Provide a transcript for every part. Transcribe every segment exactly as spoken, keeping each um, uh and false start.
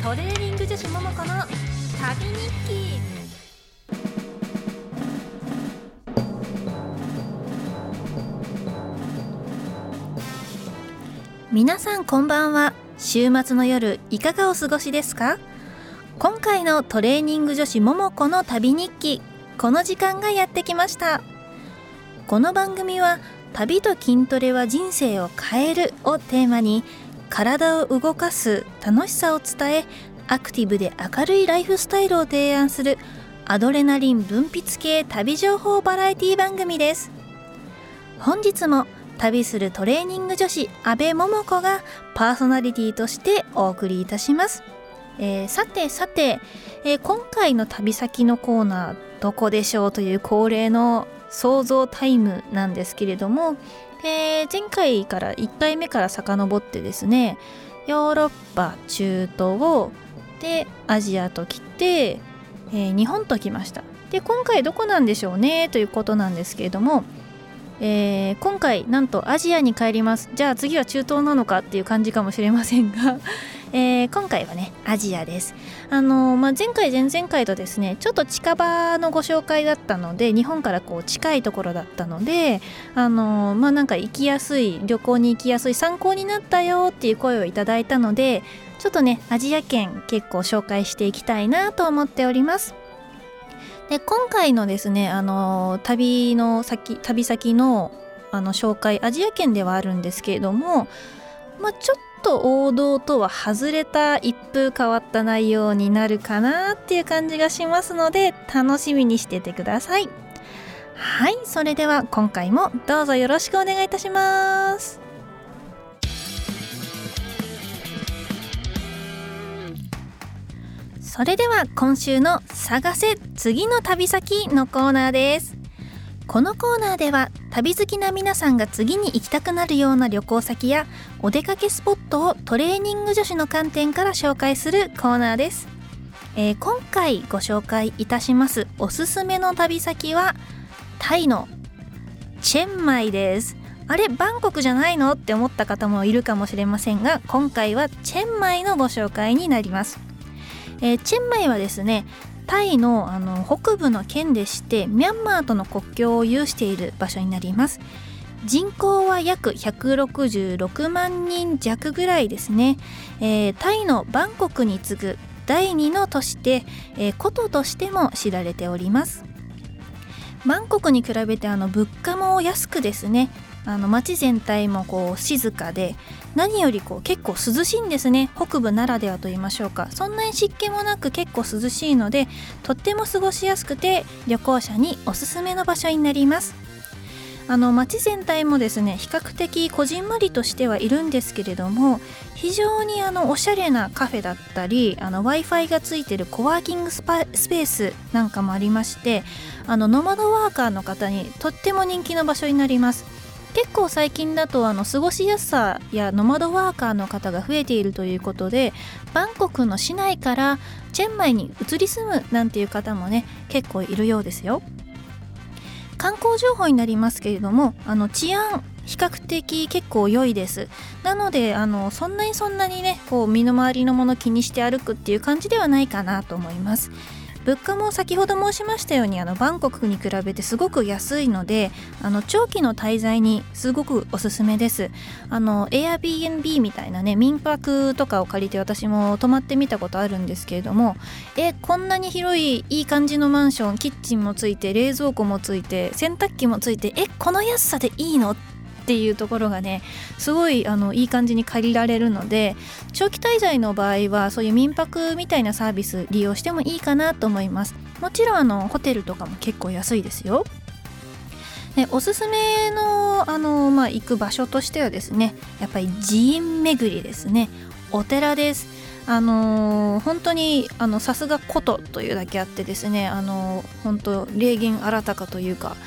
トレーニング女子ももこの旅日記。皆さんこんばんは。週末の夜いかがお過ごしですか？今回のトレーニング女子ももこの旅日記、この時間がやってきました。この番組は旅と筋トレは人生を変えるをテーマに、体を動かす楽しさを伝え、アクティブで明るいライフスタイルを提案するアドレナリン分泌系旅情報バラエティ番組です。本日も旅するトレーニング女子阿部桃子がパーソナリティとしてお送りいたします。えー、さてさて、えー、今回の旅先のコーナーどこでしょうという恒例の想像タイムなんですけれども、えー、前回からいっかいめから遡ってですね、ヨーロッパ、中東でアジアと来て、えー、日本と来ました。で今回どこなんでしょうねということなんですけれども、えー、今回なんとアジアに帰ります。じゃあ次は中東なのかっていう感じかもしれませんが、えー、今回はねアジアです。あのーまあ、前回前々回とですねちょっと近場のご紹介だったので、日本からこう近いところだったので、あのー、まあなんか行きやすい、旅行に行きやすい、参考になったよっていう声をいただいたので、ちょっとねアジア圏結構紹介していきたいなと思っております。で今回のですね、あのー、旅の先旅先のあの紹介、アジア圏ではあるんですけれども、まあ、ちょっと王道とは外れた一風変わった内容になるかなっていう感じがしますので、楽しみにしててください。はい、それでは今回もどうぞよろしくお願いいたします。それでは今週の探せ次の旅先のコーナーです。このコーナーでは旅好きな皆さんが次に行きたくなるような旅行先やお出かけスポットをトレーニング女子の観点から紹介するコーナーです。えー、今回ご紹介いたしますおすすめの旅先はタイのチェンマイです。あれバンコクじゃないのって思った方もいるかもしれませんが、今回はチェンマイのご紹介になります。えー、チェンマイはですねタイ の, あの北部の県でして、ミャンマーとの国境を有している場所になります。人口は約ひゃくろくじゅうろくまんにん弱ぐらいですね。えー、タイのバンコクに次ぐだいにの都市で、えー、古都としても知られております。バンコクに比べてあの物価も安くですね、あの街全体もこう静かで、何よりこう結構涼しいんですね。北部ならではと言いましょうか。そんなに湿気もなく結構涼しいので、とっても過ごしやすくて旅行者におすすめの場所になります。あの街全体もですね比較的こじんまりとしてはいるんですけれども、非常にあのおしゃれなカフェだったり、あの Wi-Fi がついているコワーキングスパスペースなんかもありまして、あのノマドワーカーの方にとっても人気の場所になります。結構最近だとあの過ごしやすさやノマドワーカーの方が増えているということで、バンコクの市内からチェンマイに移り住むなんていう方もね結構いるようですよ。観光情報になりますけれども、あの治安比較的結構良いです。なのであのそんなにそんなにねこう身の回りのもの気にして歩くっていう感じではないかなと思います。物価も先ほど申しましたようにあのバンコクに比べてすごく安いので、あの長期の滞在にすごくおすすめです。あの Airbnb みたいなね民泊とかを借りて私も泊まってみたことあるんですけれども、えこんなに広いいい感じのマンション、キッチンもついて冷蔵庫もついて洗濯機もついて、えこの安さでいいのっていうところがねすごいあのいい感じに借りられるので、長期滞在の場合はそういう民泊みたいなサービス利用してもいいかなと思います。もちろんあのホテルとかも結構安いですよ。でおすすめの、あの、まあ、行く場所としてはですね、やっぱり寺院巡りですね。お寺です。あのー、本当にあのさすが古都というだけあってですね、あのー、本当霊験あらたかというか、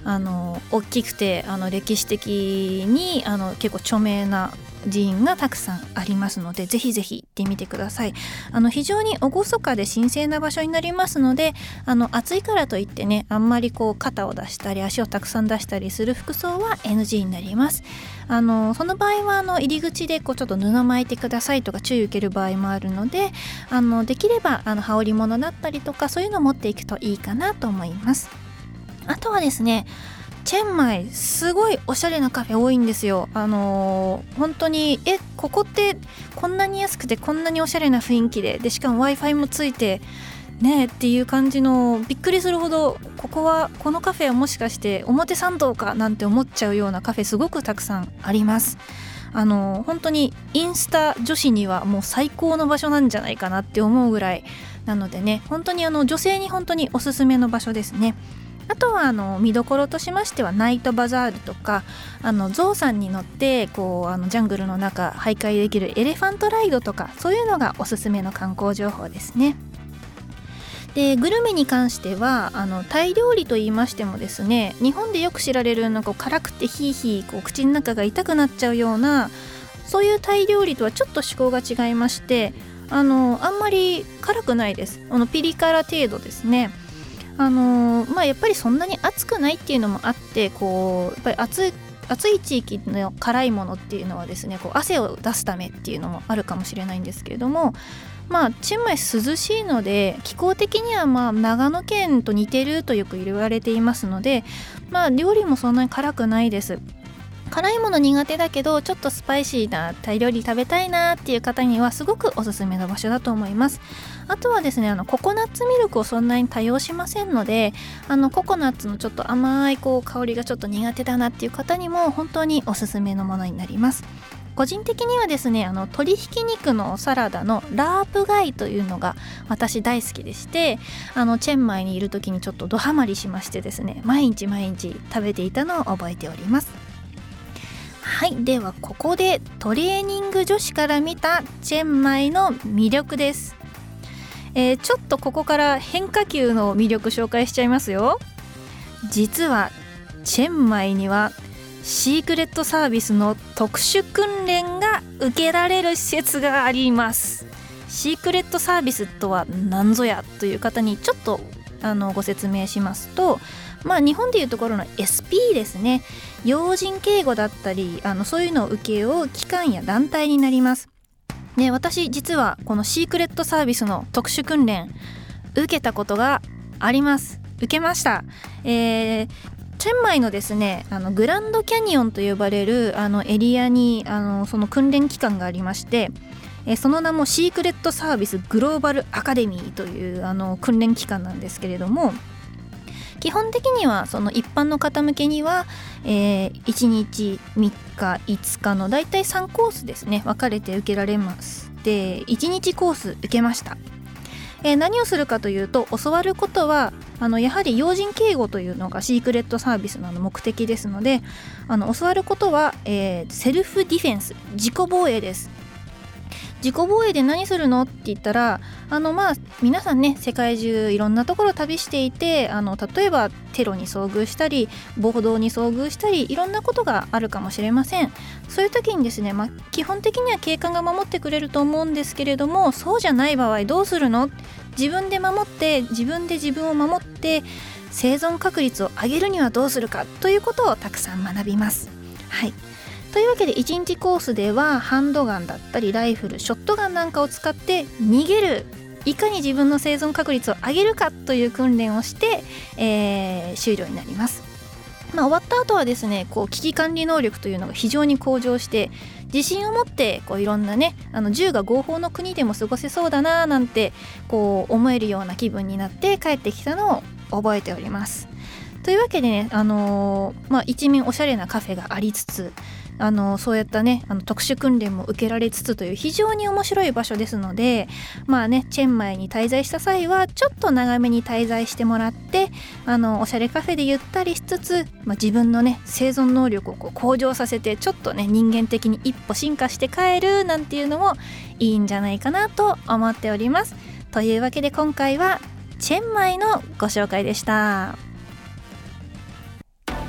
あの大きくてあの歴史的にあの結構著名な寺院がたくさんありますので、ぜひぜひ行ってみてください。あの非常に厳かで神聖な場所になりますので、あの暑いからといってね、あんまりこう肩を出したり足をたくさん出したりする服装は エヌジー になります。あのその場合はあの入り口でこうちょっと布巻いてくださいとか注意を受ける場合もあるので、あのできればあの羽織物だったりとかそういうのを持っていくといいかなと思います。あとはですね、チェンマイすごいおしゃれなカフェ多いんですよ。あのー、本当にえここってこんなに安くてこんなにおしゃれな雰囲気ででしかも Wi-Fi もついてねっていう感じの、びっくりするほどここはこのカフェはもしかして表参道かなんて思っちゃうようなカフェすごくたくさんあります。あのー、本当にインスタ女子にはもう最高の場所なんじゃないかなって思うぐらいなのでね、本当にあの女性に本当におすすめの場所ですね。あとはあの見どころとしましてはナイトバザールとか、あのゾウさんに乗ってこうあのジャングルの中徘徊できるエレファントライドとか、そういうのがおすすめの観光情報ですね。でグルメに関してはあのタイ料理と言いましてもですね、日本でよく知られるなんか辛くてヒーヒーこう口の中が痛くなっちゃうようなそういうタイ料理とはちょっと趣向が違いまして、あのあんまり辛くないです。あのピリ辛程度ですね。あのーまあ、やっぱりそんなに暑くないっていうのもあって、こうやっぱり暑い暑い地域の辛いものっていうのはですね、こう汗を出すためっていうのもあるかもしれないんですけれども、まあチェンマイ涼しいので気候的にはまあ長野県と似てるとよく言われていますので、まあ料理もそんなに辛くないです。辛いもの苦手だけどちょっとスパイシーなタイ料理食べたいなっていう方にはすごくおすすめの場所だと思います。あとはですね、あのココナッツミルクをそんなに多用しませんので、あのココナッツのちょっと甘いこう香りがちょっと苦手だなっていう方にも本当におすすめのものになります。個人的にはですね、あの鶏ひき肉のサラダのラープガイというのが私大好きでして、あのチェンマイにいる時にちょっとドハマりしましてですね、毎日毎日食べていたのを覚えております。はい、ではここでトレーニング女子から見たチェンマイの魅力です。えー、ちょっとここから変化球の魅力紹介しちゃいますよ。実はチェンマイにはシークレットサービスの特殊訓練が受けられる施設があります。シークレットサービスとは何ぞやという方にちょっとあのご説明しますと、まあ日本でいうところの エスピー ですね。要人警護だったりあのそういうのを受け負う機関や団体になります。ね、私実はこのシークレットサービスの特殊訓練受けたことがあります。受けました。えーチェンマイのですね、あのグランドキャニオンと呼ばれるあのエリアにあのその訓練機関がありまして、えその名もシークレットサービスグローバルアカデミーというあの訓練機関なんですけれども、基本的にはその一般の方向けには、えー、いちにちみっかいつかのだいたいさんコースですね分かれて受けられます。でいちにちコース受けました。えー、何をするかというと、教わることはあのやはり要人警護というのがシークレットサービスの目的ですので、あの教わることは、えー、セルフディフェンス、自己防衛です。自己防衛で何するのって言ったら、あのまあ皆さんね世界中いろんなところ旅していて、あの例えばテロに遭遇したり暴動に遭遇したりいろんなことがあるかもしれません。そういう時にですね、まあ、基本的には警官が守ってくれると思うんですけれども、そうじゃない場合どうするの？自分で守って自分で自分を守って生存確率を上げるにはどうするかということをたくさん学びます。はい、というわけでいちにちコースではハンドガンだったりライフル、ショットガンなんかを使って逃げる、いかに自分の生存確率を上げるかという訓練をして、えー、終了になります。まあ、終わった後はですね、こう危機管理能力というのが非常に向上して、自信を持ってこういろんなね、あの銃が合法の国でも過ごせそうだななんてこう思えるような気分になって帰ってきたのを覚えております。というわけでね、あのーまあ、一面おしゃれなカフェがありつつ、あのそうやったねあの特殊訓練も受けられつつという非常に面白い場所ですので、まあねチェンマイに滞在した際はちょっと長めに滞在してもらって、あのおしゃれカフェでゆったりしつつ、まあ、自分のね生存能力をこう向上させて、ちょっとね人間的に一歩進化して帰るなんていうのもいいんじゃないかなと思っております。というわけで今回はチェンマイのご紹介でした。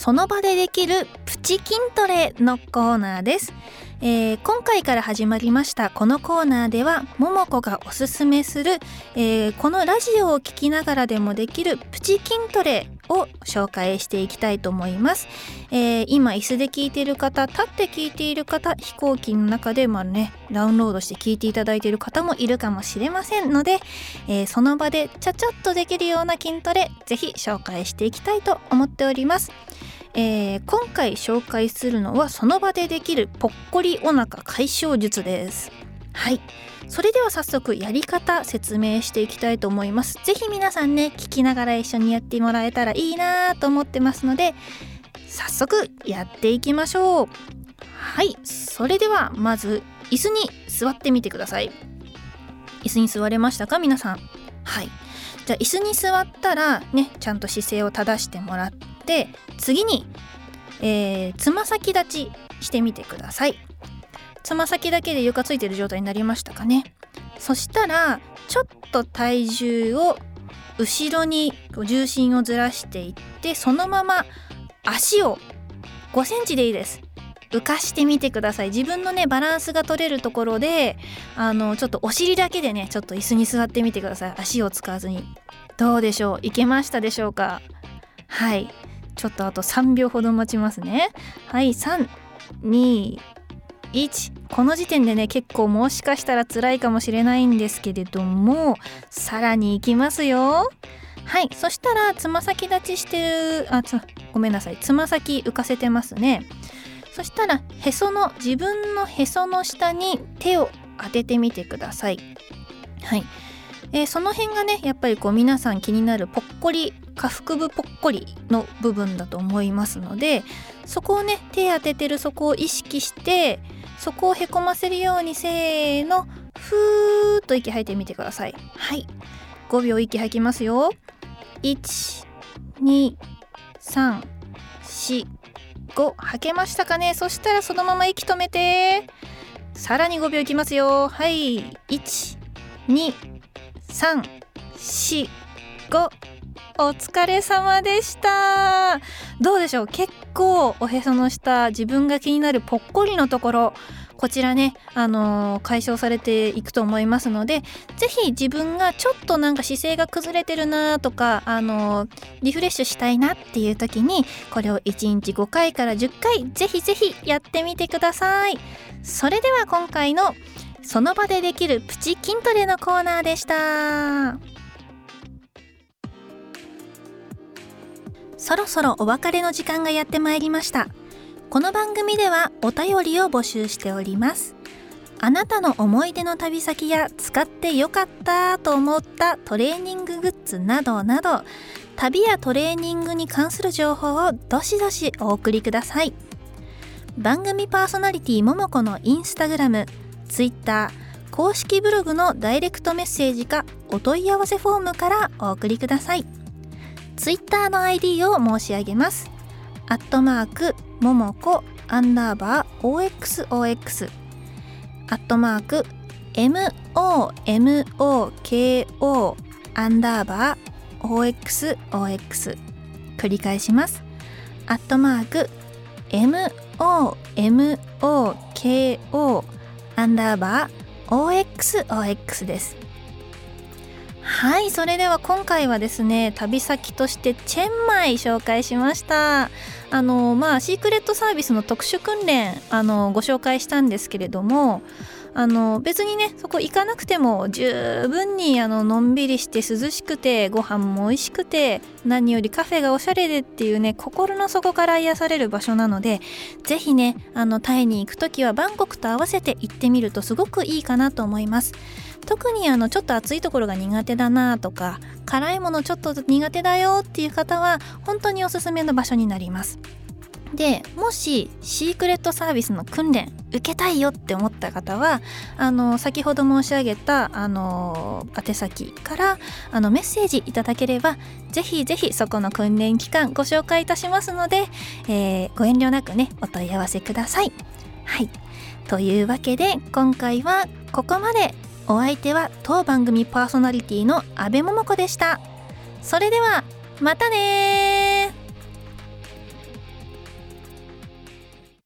その場でできるプチ筋トレのコーナーです。えー、今回から始まりましたこのコーナーでは、ももこがおすすめする、えー、このラジオを聞きながらでもできるプチ筋トレを紹介していきたいと思います。えー、今椅子で聞いている方、立って聞いている方、飛行機の中でまあねダウンロードして聞いていただいている方もいるかもしれませんので、えー、その場でちゃちゃっとできるような筋トレぜひ紹介していきたいと思っております。えー、今回紹介するのはその場でできるぽっこりお腹解消術です。はい、それでは早速やり方説明していきたいと思います。ぜひ皆さんね聞きながら一緒にやってもらえたらいいなと思ってますので、早速やっていきましょう。はい、それではまず椅子に座ってみてください。椅子に座れましたか皆さん。はい、じゃあ椅子に座ったらね、ちゃんと姿勢を正してもらって、次に、えー、つま先立ちしてみてください。つま先だけで床ついてる状態になりましたかね。そしたらちょっと体重を後ろに重心をずらしていって、そのまま足をごセンチでいいです、浮かしてみてください。自分のねバランスが取れるところで、あのちょっとお尻だけでねちょっと椅子に座ってみてください。足を使わずに。どうでしょう、いけましたでしょうか。はい、ちょっとあとさんびょうほど待ちますね。はい、さん、に、いち。この時点でね結構もしかしたら辛いかもしれないんですけれども、さらにいきますよ。はい、そしたらつま先立ちしてる、あつごめんなさい、つま先浮かせてますね。そしたらへその自分のへその下に手を当ててみてください。はい、えー、その辺がねやっぱりこう皆さん気になるぽっこり、下腹部ぽっこりの部分だと思いますので、そこをね手当ててるそこを意識して、そこをへこませるようにせーのふーっと息吐いてみてください。はい、ごびょう息吐きますよ。いち、に、さん、し、ご。吐けましたかね。そしたらそのまま息止めて、さらにごびょういきますよ。はい、いち、に、さん、し、ご。お疲れ様でした。どうでしょう、結構おへその下、自分が気になるぽっこりのところ、こちらね、あのー、解消されていくと思いますので、ぜひ自分がちょっとなんか姿勢が崩れてるなとか、あのー、リフレッシュしたいなっていう時にこれをいちにちごかいからじゅっかいぜひぜひやってみてください。それでは今回のその場でできるプチ筋トレのコーナーでした。そろそろお別れの時間がやってまいりました。この番組ではお便りを募集しております。あなたの思い出の旅先や使ってよかったと思ったトレーニンググッズなどなど、旅やトレーニングに関する情報をどしどしお送りください。番組パーソナリティももこのインスタグラム、ツイッター、公式ブログのダイレクトメッセージかお問い合わせフォームからお送りください。ツイッターの アイディー を申し上げます。アットマークももこアンダーバー オーエックスオーエックス、 アットマーク エムオーエムオーケーオー アンダーバー オーエックスオーエックス、 繰り返します。アットマーク エムオーエムオーケーオー アンダーバー オーエックスオーエックス です。はい、それでは今回はですね、旅先としてチェンマイ紹介しました。あのまあシークレットサービスの特殊訓練あのご紹介したんですけれども、あの別にねそこ行かなくても十分にあののんびりして涼しくてご飯も美味しくて、何よりカフェがおしゃれでっていうね、心の底から癒される場所なので、ぜひねあのタイに行くときはバンコクと合わせて行ってみるとすごくいいかなと思います。特にあのちょっと暑いところが苦手だなとか、辛いものちょっと苦手だよっていう方は本当におすすめの場所になります。でもしシークレットサービスの訓練受けたいよって思った方は、あの先ほど申し上げたあの宛先からあのメッセージいただければ、ぜひぜひそこの訓練期間ご紹介いたしますので、えー、ご遠慮なくねお問い合わせください。はい、というわけで今回はここまで。お相手は当番組パーソナリティの阿部桃子でした。それではまたね。